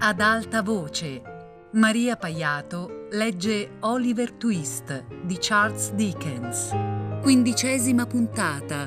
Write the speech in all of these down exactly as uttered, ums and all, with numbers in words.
ad alta voce. Maria Paiato legge Oliver Twist di Charles Dickens. Quindicesima puntata.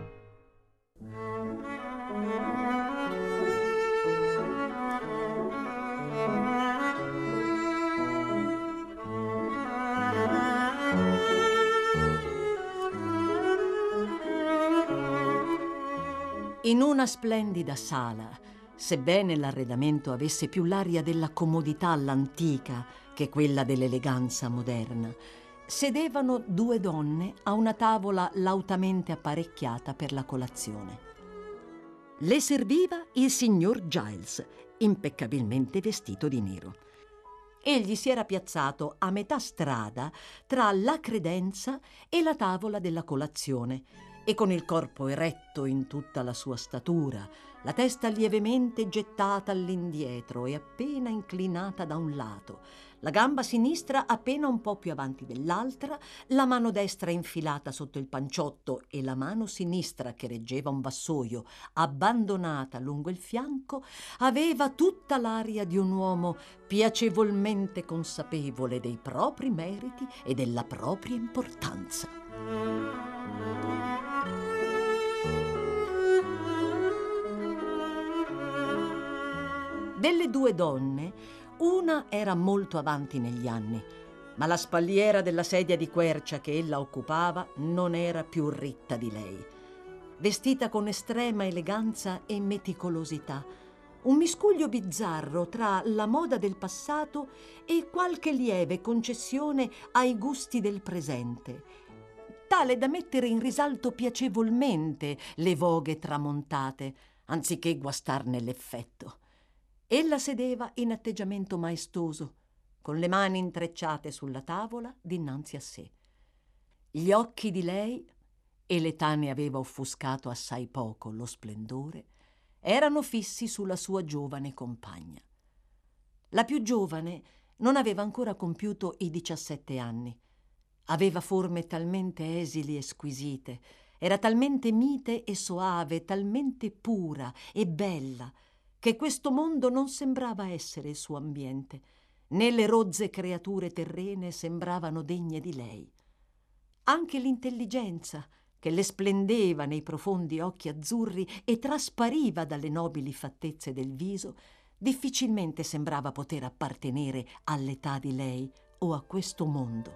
In una splendida sala, sebbene l'arredamento avesse più l'aria della comodità all'antica che quella dell'eleganza moderna, sedevano due donne a una tavola lautamente apparecchiata per la colazione. Le serviva il signor Giles, impeccabilmente vestito di nero. Egli si era piazzato a metà strada tra la credenza e la tavola della colazione, e con il corpo eretto in tutta la sua statura, la testa lievemente gettata all'indietro e appena inclinata da un lato, la gamba sinistra appena un po' più avanti dell'altra, la mano destra infilata sotto il panciotto e la mano sinistra che reggeva un vassoio abbandonata lungo il fianco, aveva tutta l'aria di un uomo piacevolmente consapevole dei propri meriti e della propria importanza. Delle due donne, una era molto avanti negli anni, ma la spalliera della sedia di quercia che ella occupava non era più ritta di lei. Vestita con estrema eleganza e meticolosità, un miscuglio bizzarro tra la moda del passato e qualche lieve concessione ai gusti del presente, tale da mettere in risalto piacevolmente le voghe tramontate, anziché guastarne l'effetto. Ella sedeva in atteggiamento maestoso, con le mani intrecciate sulla tavola dinanzi a sé. Gli occhi di lei, e l'età ne aveva offuscato assai poco lo splendore, erano fissi sulla sua giovane compagna. La più giovane non aveva ancora compiuto i diciassette anni. Aveva forme talmente esili e squisite, era talmente mite e soave, talmente pura e bella, che questo mondo non sembrava essere il suo ambiente, né le rozze creature terrene sembravano degne di lei. Anche l'intelligenza, che le splendeva nei profondi occhi azzurri e traspariva dalle nobili fattezze del viso, difficilmente sembrava poter appartenere all'età di lei o a questo mondo.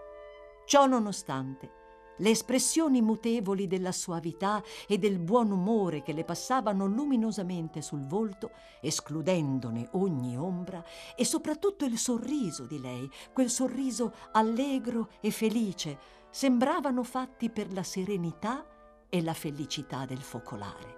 Ciò nonostante, le espressioni mutevoli della soavità e del buon umore che le passavano luminosamente sul volto, escludendone ogni ombra, e soprattutto il sorriso di lei, quel sorriso allegro e felice, sembravano fatti per la serenità e la felicità del focolare.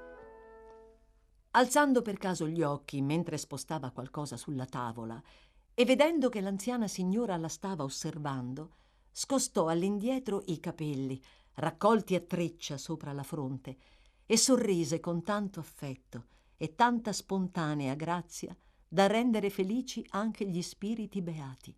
Alzando per caso gli occhi mentre spostava qualcosa sulla tavola e vedendo che l'anziana signora la stava osservando, scostò all'indietro i capelli, raccolti a treccia sopra la fronte, e sorrise con tanto affetto e tanta spontanea grazia da rendere felici anche gli spiriti beati.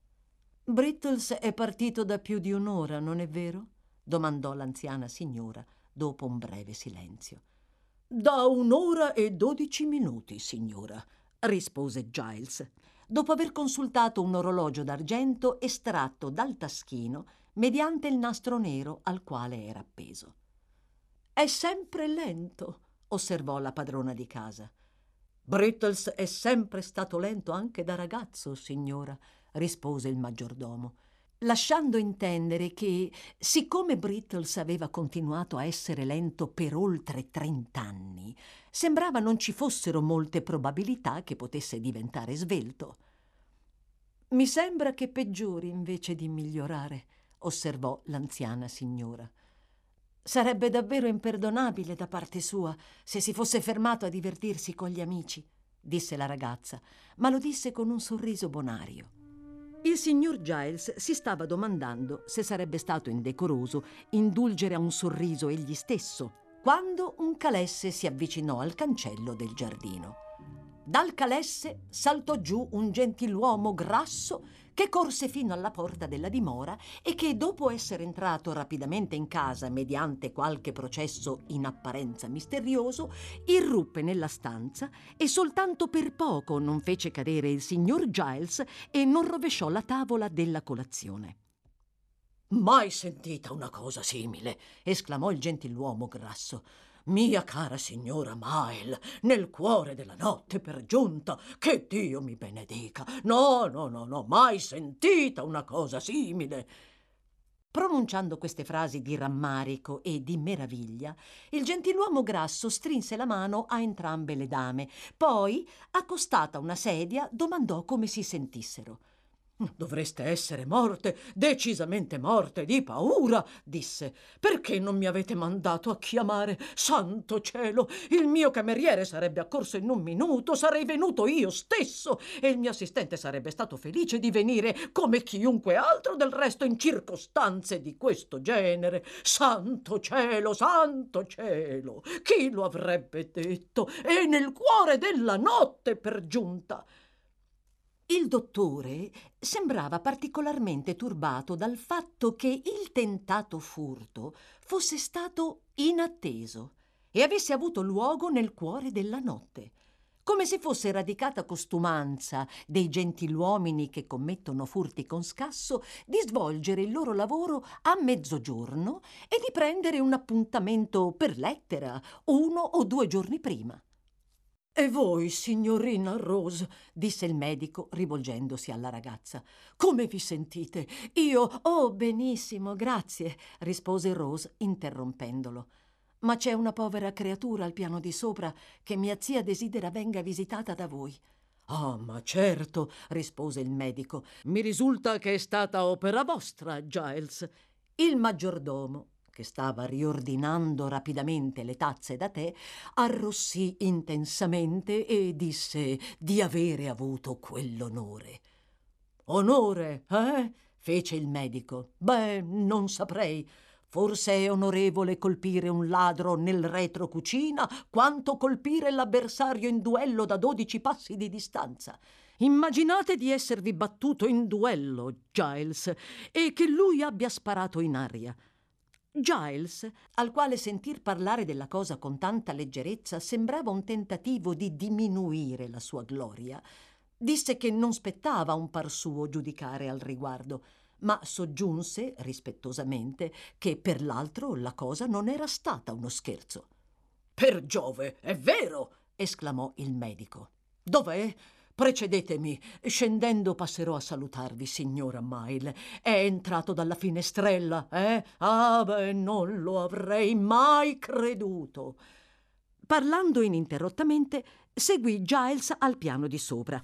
«Brittles è partito da più di un'ora, non è vero?» domandò l'anziana signora dopo un breve silenzio. «Da un'ora e dodici minuti, signora», rispose Giles, dopo aver consultato un orologio d'argento estratto dal taschino mediante il nastro nero al quale era appeso. «È sempre lento», osservò la padrona di casa. «Brittles è sempre stato lento anche da ragazzo, signora», rispose il maggiordomo, lasciando intendere che, siccome Brittles aveva continuato a essere lento per oltre trent'anni, sembrava non ci fossero molte probabilità che potesse diventare svelto. «Mi sembra che peggiori invece di migliorare», osservò l'anziana signora. «Sarebbe davvero imperdonabile da parte sua se si fosse fermato a divertirsi con gli amici», disse la ragazza, ma lo disse con un sorriso bonario. Il signor Giles si stava domandando se sarebbe stato indecoroso indulgere a un sorriso egli stesso, quando un calesse si avvicinò al cancello del giardino. Dal calesse saltò giù un gentiluomo grasso che corse fino alla porta della dimora e che, dopo essere entrato rapidamente in casa mediante qualche processo in apparenza misterioso, irruppe nella stanza e soltanto per poco non fece cadere il signor Giles e non rovesciò la tavola della colazione. «Mai sentita una cosa simile!» esclamò il gentiluomo grasso. «Mia cara signora Mael, nel cuore della notte per giunta, che Dio mi benedica! No, no, no, no, mai sentita una cosa simile!» Pronunciando queste frasi di rammarico e di meraviglia, il gentiluomo grasso strinse la mano a entrambe le dame, poi, accostata una sedia, domandò come si sentissero. «Dovreste essere morte, decisamente morte di paura», disse. «Perché non mi avete mandato a chiamare? Santo cielo, il mio cameriere sarebbe accorso in un minuto, sarei venuto io stesso e il mio assistente sarebbe stato felice di venire come chiunque altro, del resto in circostanze di questo genere. Santo cielo, santo cielo, chi lo avrebbe detto? E nel cuore della notte per giunta!» Il dottore sembrava particolarmente turbato dal fatto che il tentato furto fosse stato inatteso e avesse avuto luogo nel cuore della notte, come se fosse radicata costumanza dei gentiluomini che commettono furti con scasso di svolgere il loro lavoro a mezzogiorno e di prendere un appuntamento per lettera uno o due giorni prima. «E voi, signorina Rose?» disse il medico, rivolgendosi alla ragazza. «Come vi sentite? Io...» «Oh, benissimo, grazie», rispose Rose, interrompendolo. «Ma c'è una povera creatura al piano di sopra che mia zia desidera venga visitata da voi». «Ah, ma certo», rispose il medico. «Mi risulta che è stata opera vostra, Giles». Il maggiordomo, che stava riordinando rapidamente le tazze da tè, arrossì intensamente e disse di avere avuto quell'onore. «Onore, eh?» fece il medico. «Beh, non saprei. Forse è onorevole colpire un ladro nel retrocucina quanto colpire l'avversario in duello da dodici passi di distanza. Immaginate di esservi battuto in duello, Giles, e che lui abbia sparato in aria». Giles, al quale sentir parlare della cosa con tanta leggerezza sembrava un tentativo di diminuire la sua gloria, disse che non spettava a un par suo giudicare al riguardo, ma soggiunse rispettosamente che per l'altro la cosa non era stata uno scherzo. «Per Giove, è vero!» esclamò il medico. «Dov'è? Precedetemi. Scendendo passerò a salutarvi, signora Mail. È entrato dalla finestrella, eh? Ah, beh, non lo avrei mai creduto». Parlando ininterrottamente, seguì Giles al piano di sopra.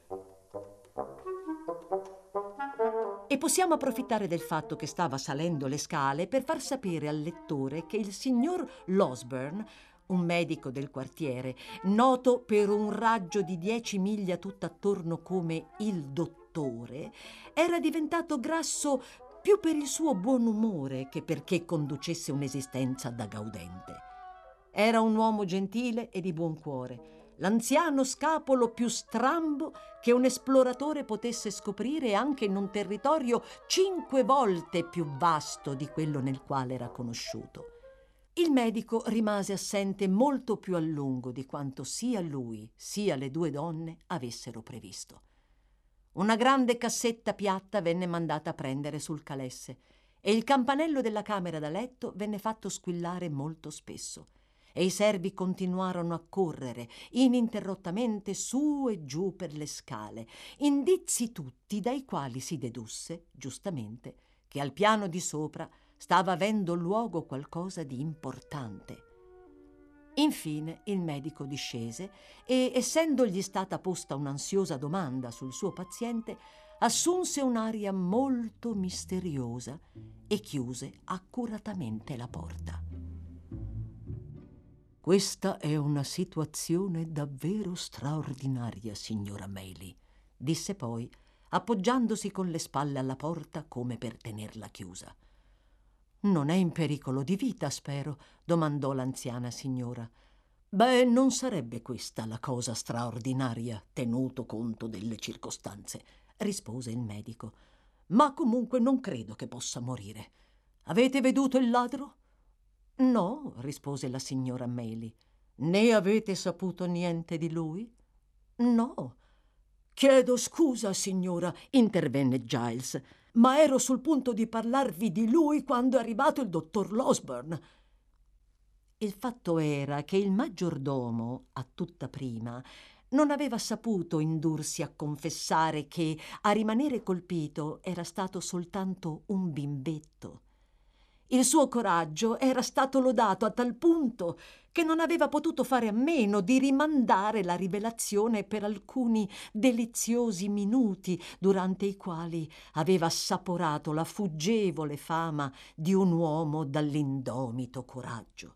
E possiamo approfittare del fatto che stava salendo le scale per far sapere al lettore che il signor Losberne, un medico del quartiere, noto per un raggio di dieci miglia tutt'attorno come il dottore, era diventato grasso più per il suo buon umore che perché conducesse un'esistenza da gaudente. Era un uomo gentile e di buon cuore, l'anziano scapolo più strambo che un esploratore potesse scoprire anche in un territorio cinque volte più vasto di quello nel quale era conosciuto. Il medico rimase assente molto più a lungo di quanto sia lui sia le due donne avessero previsto. Una grande cassetta piatta venne mandata a prendere sul calesse e il campanello della camera da letto venne fatto squillare molto spesso e i servi continuarono a correre ininterrottamente su e giù per le scale, indizi tutti dai quali si dedusse, giustamente, che al piano di sopra stava avendo luogo qualcosa di importante. Infine il medico discese e, essendogli stata posta un'ansiosa domanda sul suo paziente, assunse un'aria molto misteriosa e chiuse accuratamente la porta. «Questa è una situazione davvero straordinaria, signora Maylie», disse poi, appoggiandosi con le spalle alla porta come per tenerla chiusa. «Non è in pericolo di vita, spero?» domandò l'anziana signora. «Beh, non sarebbe questa la cosa straordinaria, tenuto conto delle circostanze», rispose il medico. Ma comunque non credo che possa morire. Avete veduto il ladro? No, rispose la signora Maylie. Né avete saputo niente di lui? No. Chiedo scusa, signora, intervenne Giles, ma ero sul punto di parlarvi di lui quando è arrivato il dottor Losberne. Il fatto era che il maggiordomo, a tutta prima, non aveva saputo indursi a confessare che a rimanere colpito era stato soltanto un bimbetto. Il suo coraggio era stato lodato a tal punto che non aveva potuto fare a meno di rimandare la rivelazione per alcuni deliziosi minuti durante i quali aveva assaporato la fuggevole fama di un uomo dall'indomito coraggio.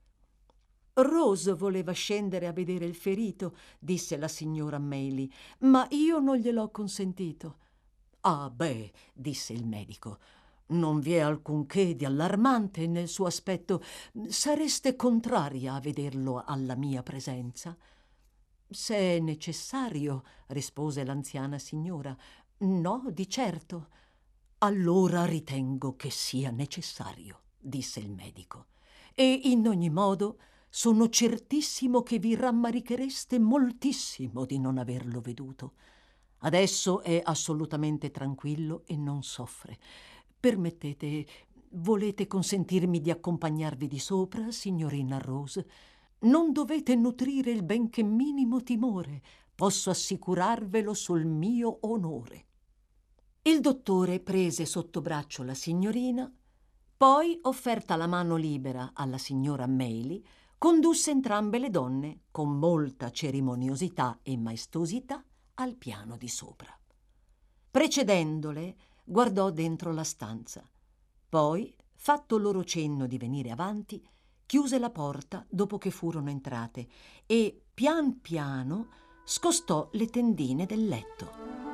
Rose voleva scendere a vedere il ferito, disse la signora Maylie, ma io non gliel'ho consentito. Ah, beh, disse il medico, non vi è alcunché di allarmante nel suo aspetto. Sareste contraria a vederlo alla mia presenza? Se è necessario, rispose l'anziana signora. No, di certo. Allora ritengo che sia necessario, disse il medico. E in ogni modo sono certissimo che vi rammarichereste moltissimo di non averlo veduto. Adesso è assolutamente tranquillo e non soffre. Permettete, volete consentirmi di accompagnarvi di sopra, signorina Rose? Non dovete nutrire il benché minimo timore, posso assicurarvelo sul mio onore. Il dottore prese sotto braccio la signorina, poi, offerta la mano libera alla signora Maylie, condusse entrambe le donne, con molta cerimoniosità e maestosità, al piano di sopra. Precedendole, guardò dentro la stanza. Poi, fatto loro cenno di venire avanti, chiuse la porta dopo che furono entrate e, pian piano, scostò le tendine del letto.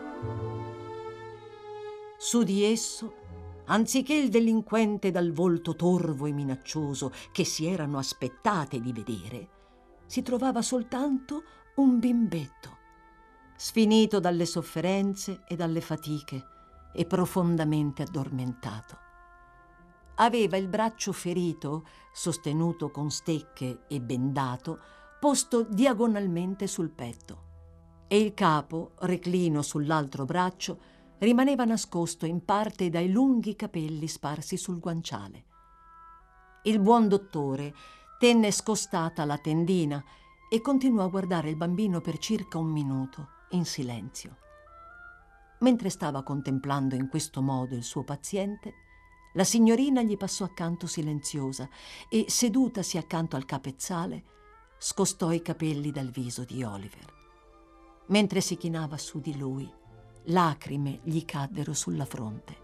Su di esso, anziché il delinquente dal volto torvo e minaccioso che si erano aspettate di vedere, si trovava soltanto un bimbetto, sfinito dalle sofferenze e dalle fatiche e profondamente addormentato. Aveva il braccio ferito, sostenuto con stecche e bendato, posto diagonalmente sul petto, e il capo, reclino sull'altro braccio, rimaneva nascosto in parte dai lunghi capelli sparsi sul guanciale. Il buon dottore tenne scostata la tendina e continuò a guardare il bambino per circa un minuto, in silenzio. Mentre stava contemplando in questo modo il suo paziente, la signorina gli passò accanto silenziosa e, sedutasi accanto al capezzale, scostò i capelli dal viso di Oliver. Mentre si chinava su di lui, lacrime gli caddero sulla fronte.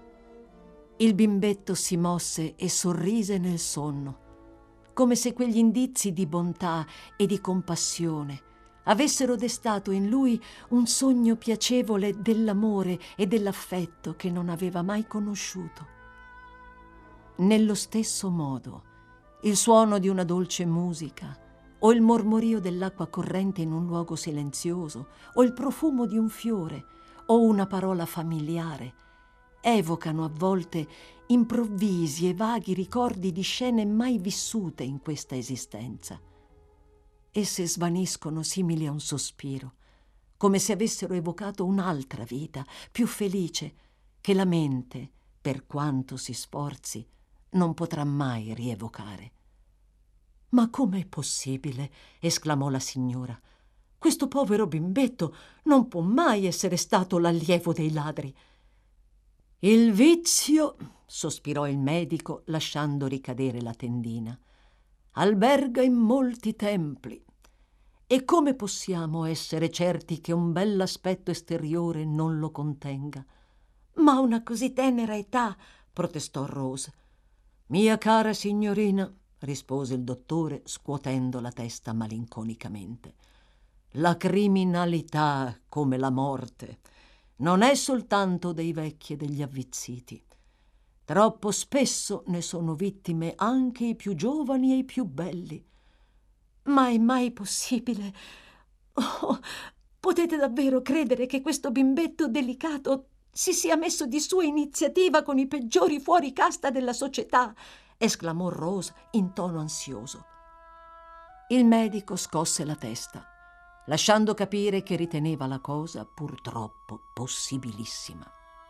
Il bimbetto si mosse e sorrise nel sonno, come se quegli indizi di bontà e di compassione avessero destato in lui un sogno piacevole dell'amore e dell'affetto che non aveva mai conosciuto. Nello stesso modo, il suono di una dolce musica, o il mormorio dell'acqua corrente in un luogo silenzioso, o il profumo di un fiore, o una parola familiare, evocano a volte improvvisi e vaghi ricordi di scene mai vissute in questa esistenza. Esse svaniscono simili a un sospiro, come se avessero evocato un'altra vita, più felice, che la mente, per quanto si sforzi, non potrà mai rievocare. «Ma com'è possibile?» esclamò la signora. «Questo povero bimbetto non può mai essere stato l'allievo dei ladri». «Il vizio», sospirò il medico, lasciando ricadere la tendina, «alberga in molti templi. E come possiamo essere certi che un bell'aspetto esteriore non lo contenga?» «Ma a una così tenera età», protestò Rose. «Mia cara signorina», rispose il dottore, scuotendo la testa malinconicamente, «la criminalità, come la morte, non è soltanto dei vecchi e degli avvizziti. Troppo spesso ne sono vittime anche i più giovani e i più belli. Ma è mai possibile? Oh, potete davvero credere che questo bimbetto delicato si sia messo di sua iniziativa con i peggiori fuoricasta della società? Esclamò Rose in tono ansioso. Il medico scosse la testa, lasciando capire che riteneva la cosa purtroppo possibilissima.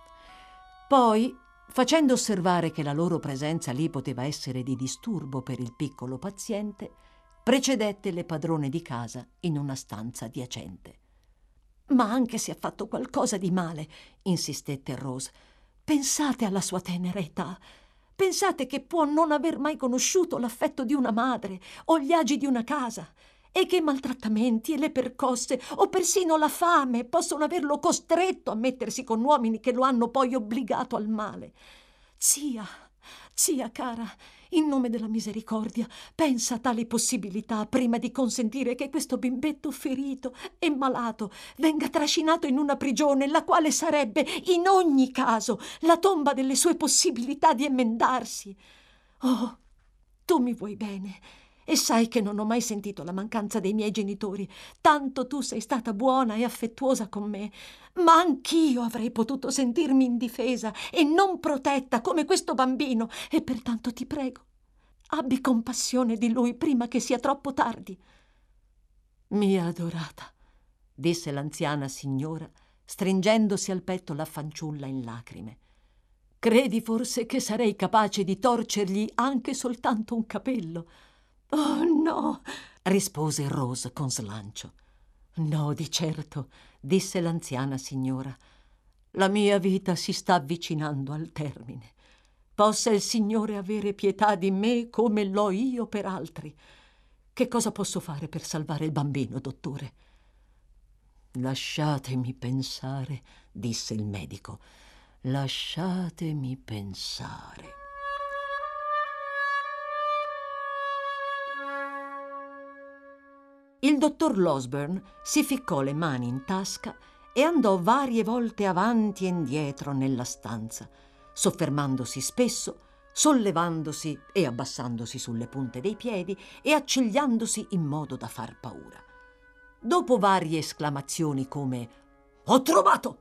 Poi, facendo osservare che la loro presenza lì poteva essere di disturbo per il piccolo paziente, precedette le padrone di casa in una stanza adiacente. «Ma anche se ha fatto qualcosa di male», insistette Rose, «pensate alla sua tenera età. Pensate che può non aver mai conosciuto l'affetto di una madre o gli agi di una casa, e che i maltrattamenti e le percosse o persino la fame possono averlo costretto a mettersi con uomini che lo hanno poi obbligato al male. Zia, zia cara, in nome della misericordia, pensa a tali possibilità prima di consentire che questo bimbetto ferito e malato venga trascinato in una prigione, la quale sarebbe, in ogni caso, la tomba delle sue possibilità di emmendarsi. Oh, tu mi vuoi bene e sai che non ho mai sentito la mancanza dei miei genitori, tanto tu sei stata buona e affettuosa con me, ma anch'io avrei potuto sentirmi indifesa e non protetta come questo bambino, e pertanto ti prego, abbi compassione di lui prima che sia troppo tardi». «Mia adorata», disse l'anziana signora, stringendosi al petto la fanciulla in lacrime, «credi forse che sarei capace di torcergli anche soltanto un capello?» «Oh no», rispose Rose con slancio. «No, di certo», disse l'anziana signora. «La mia vita si sta avvicinando al termine. Possa il Signore avere pietà di me come l'ho io per altri. Che cosa posso fare per salvare il bambino, dottore?» «Lasciatemi pensare», disse il medico. «Lasciatemi pensare». Il dottor Losberne si ficcò le mani in tasca e andò varie volte avanti e indietro nella stanza, soffermandosi spesso, sollevandosi e abbassandosi sulle punte dei piedi e accigliandosi in modo da far paura. Dopo varie esclamazioni come «Ho trovato!»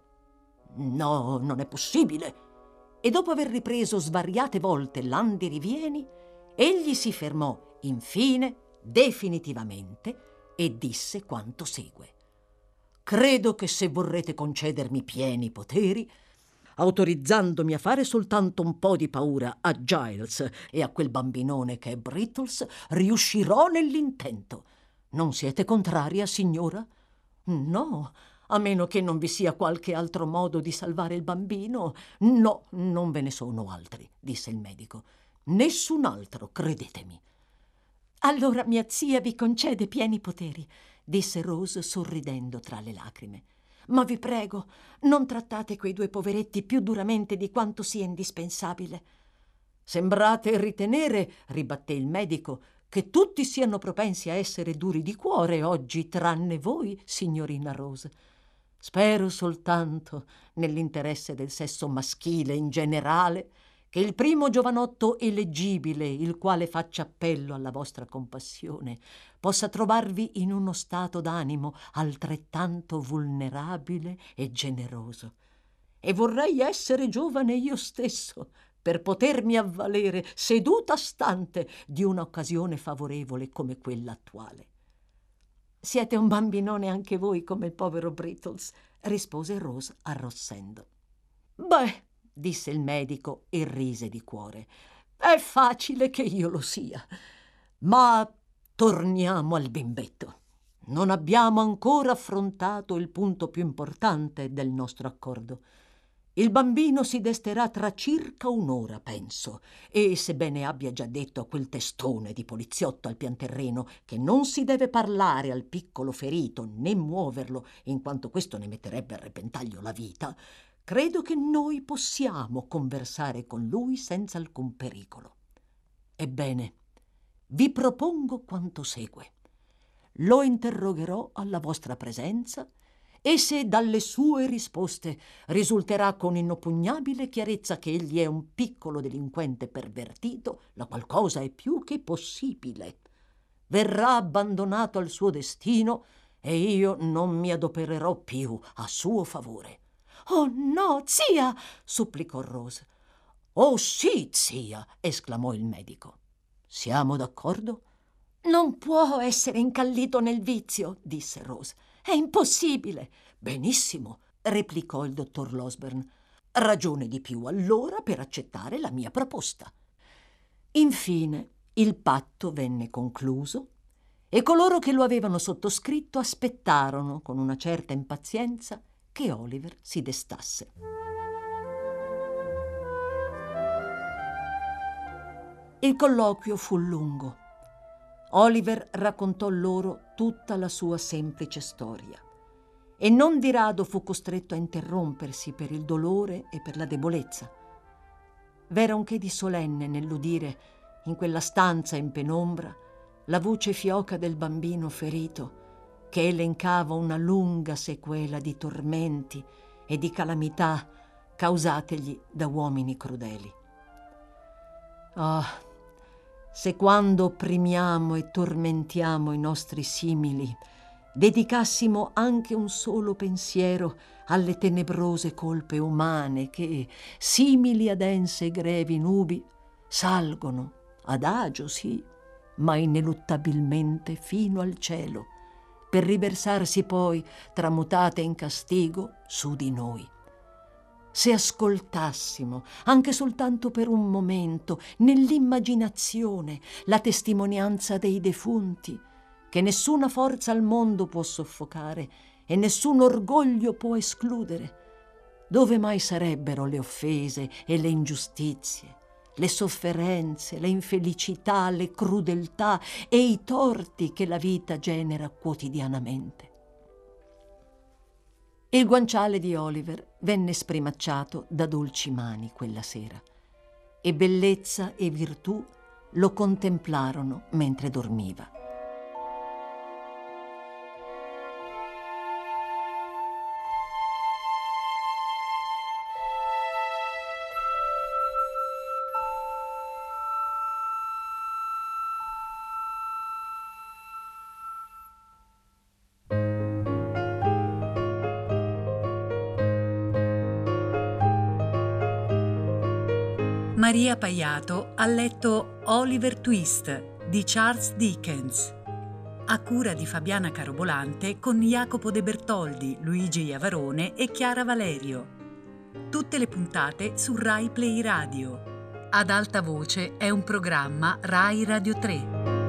«No, non è possibile!» e dopo aver ripreso svariate volte l'andi rivieni, egli si fermò infine definitivamente e disse quanto segue: «Credo che se vorrete concedermi pieni poteri, autorizzandomi a fare soltanto un po' di paura a Giles e a quel bambinone che è Brittles, riuscirò nell'intento. Non siete contraria, signora?» «No, a meno che non vi sia qualche altro modo di salvare il bambino. No, non ve ne sono altri», disse il medico. «Nessun altro, credetemi». «Allora mia zia vi concede pieni poteri», disse Rose sorridendo tra le lacrime. «Ma vi prego, non trattate quei due poveretti più duramente di quanto sia indispensabile». «Sembrate ritenere», ribatté il medico, «che tutti siano propensi a essere duri di cuore oggi, tranne voi, signorina Rose. Spero soltanto, nell'interesse del sesso maschile in generale, che il primo giovanotto eleggibile, il quale faccia appello alla vostra compassione, possa trovarvi in uno stato d'animo altrettanto vulnerabile e generoso. E vorrei essere giovane io stesso per potermi avvalere, seduta stante, di un'occasione favorevole come quella attuale». «Siete un bambinone anche voi come il povero Brittles», rispose Rose arrossendo. «Beh», disse il medico e rise di cuore, «è facile che io lo sia. Ma torniamo al bimbetto. Non abbiamo ancora affrontato il punto più importante del nostro accordo. Il bambino si desterà tra circa un'ora, penso, e sebbene abbia già detto a quel testone di poliziotto al pian terreno che non si deve parlare al piccolo ferito né muoverlo, in quanto questo ne metterebbe a repentaglio la vita, credo che noi possiamo conversare con lui senza alcun pericolo. Ebbene, vi propongo quanto segue. Lo interrogherò alla vostra presenza e se dalle sue risposte risulterà con inoppugnabile chiarezza che egli è un piccolo delinquente pervertito, la qual cosa è più che possibile, verrà abbandonato al suo destino e io non mi adopererò più a suo favore. Oh no, zia! supplicò Rose. Oh sì, zia! esclamò il medico. Siamo d'accordo? Non può essere incallito nel vizio, disse Rose. È impossibile. Benissimo, replicò il dottor Losberne. Ragione di più allora per accettare la mia proposta. Infine il patto venne concluso e coloro che lo avevano sottoscritto aspettarono con una certa impazienza che Oliver si destasse. Il colloquio fu lungo. Oliver raccontò loro tutta la sua semplice storia e non di rado fu costretto a interrompersi per il dolore e per la debolezza. V'era un che di solenne nell'udire, in quella stanza in penombra, la voce fioca del bambino ferito che elencava una lunga sequela di tormenti e di calamità causategli da uomini crudeli. Ah, se quando opprimiamo e tormentiamo i nostri simili dedicassimo anche un solo pensiero alle tenebrose colpe umane che, simili a dense e grevi nubi, salgono adagio sì, ma ineluttabilmente fino al cielo, per riversarsi poi, tramutate in castigo, su di noi. Se ascoltassimo, anche soltanto per un momento, nell'immaginazione, la testimonianza dei defunti, che nessuna forza al mondo può soffocare e nessun orgoglio può escludere, dove mai sarebbero le offese e le ingiustizie, le sofferenze, le infelicità, le crudeltà e i torti che la vita genera quotidianamente? Il guanciale di Oliver venne sprimacciato da dolci mani quella sera e bellezza e virtù lo contemplarono mentre dormiva. Maria Paiato ha letto Oliver Twist di Charles Dickens, a cura di Fabiana Carobolante con Jacopo De Bertoldi, Luigi Iavarone e Chiara Valerio. Tutte le puntate su Rai Play Radio. Ad alta voce è un programma Rai Radio tre.